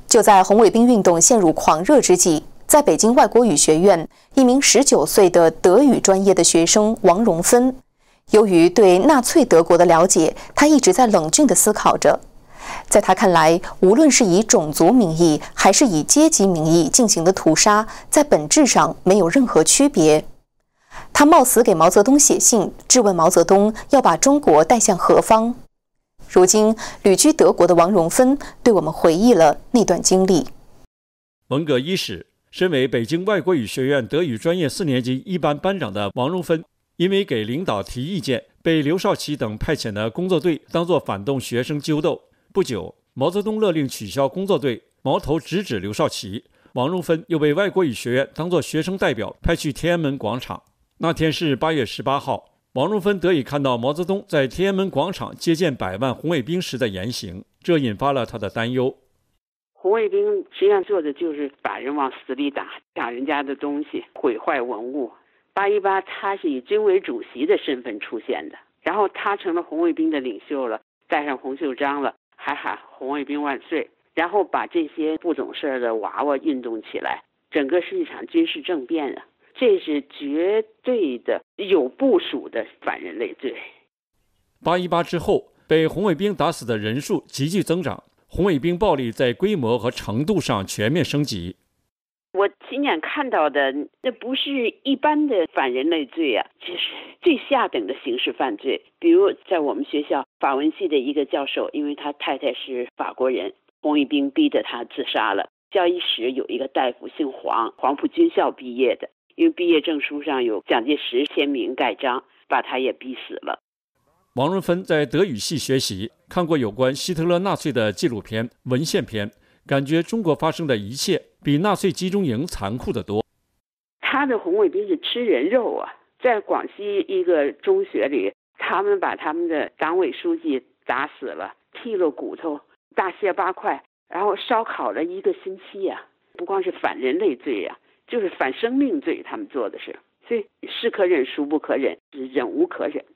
就在红卫兵运动陷入狂热之际，在北京外国语学院，一名19岁的德语专业的学生王荣芬，由于对纳粹德国的了解，他一直在冷静地思考着。在他看来，无论是以种族名义还是以阶级名义进行的屠杀，在本质上没有任何区别。他冒死给毛泽东写信，质问毛泽东要把中国带向何方。如今，旅居德国的王荣芬对我们回忆了那段经历。 文革伊始，身为北京外国语学院德语专业4年级一班班长的王荣芬，因为给领导提意见，被刘少奇等派遣的工作队当作反动学生揪斗。不久，毛泽东勒令取消工作队，矛头直指刘少奇。王荣芬又被外国语学院当作学生代表派去天安门广场。那天是8月18号，王荣芬得以看到毛泽东在天安门广场接见100万红卫兵时的言行，这引发了他的担忧。 红卫兵实际上做的就是把人往死里打，抢人家的东西，毁坏文物。8·18他是以军委主席的身份出现的，然后他成了红卫兵的领袖了，戴上红袖章了，还喊红卫兵万岁，然后把这些不懂事的娃娃运动起来，整个是一场军事政变啊！这是绝对的有部署的反人类罪。 8·18之后，被红卫兵打死的人数急剧增长，红卫兵暴力在规模和程度上全面升级。 我亲眼看到的，那不是一般的反人类罪啊，这是最下等的刑事犯罪。比如在我们学校法文系的一个教授，因为他太太是法国人，红卫兵逼着他自杀了。教医室有一个大夫姓黄，黄埔军校毕业的，因为毕业证书上有蒋介石签名盖章，把他也逼死了。 王荣芬在德语系学习，看过有关希特勒纳粹的纪录片、文献片，感觉中国发生的一切比纳粹集中营残酷得多。 他的红卫兵是吃人肉啊，在广西一个中学里，他们把他们的党委书记打死了，剔了骨头，大卸八块，然后烧烤了1个星期啊！不光是反人类罪啊，就是反生命罪，他们做的是。所以是可忍孰不可忍，忍无可忍。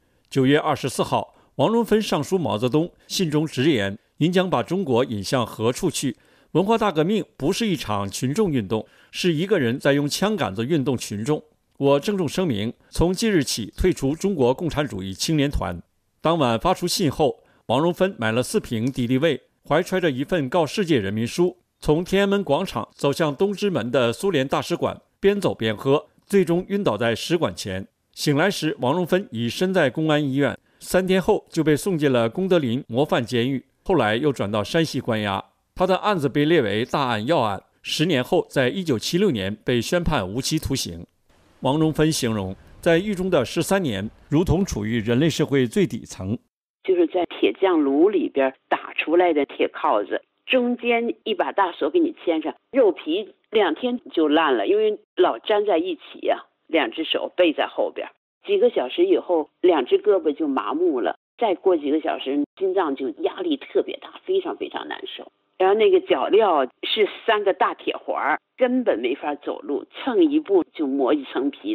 9月24号，王荣芬上书毛泽东，信中直言：“您将把中国引向何处去？文化大革命不是一场群众运动，是一个人在用枪杆子运动群众。我郑重声明，从即日起退出中国共产主义青年团。”当晚发出信后，王荣芬买了4瓶敌敌畏，怀揣着一份告世界人民书，从天安门广场走向东直门的苏联大使馆，边走边喝，最终晕倒在使馆前。醒来时，王荣芬已身在公安医院，3天后就被送进了功德林模范监狱，后来又转到山西关押。他的案子被列为大案要案，10年后在1976年被宣判无期徒刑。王荣芬形容，在狱中的13年如同处于人类社会最底层， 就是在铁匠炉里边打出来的铁铐子，中间一把大锁给你牵上，肉皮2天就烂了，因为老粘在一起呀，2只手背在后边，几个小时以后2只胳膊就麻木了，再过几个小时心脏就压力特别大，非常非常难受。然后那个脚镣是3个大铁环，根本没法走路，蹭一步就磨一层皮。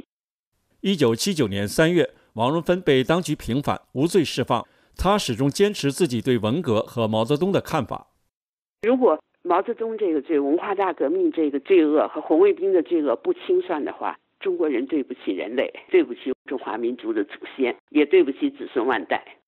1979年3月，王荣芬被当局平反，无罪释放。他始终坚持自己对文革和毛泽东的看法。 如果毛泽东这个罪、文化大革命这个罪恶和红卫兵的罪恶不清算的话，中国人对不起人类，对不起中华民族的祖先，也对不起子孙万代。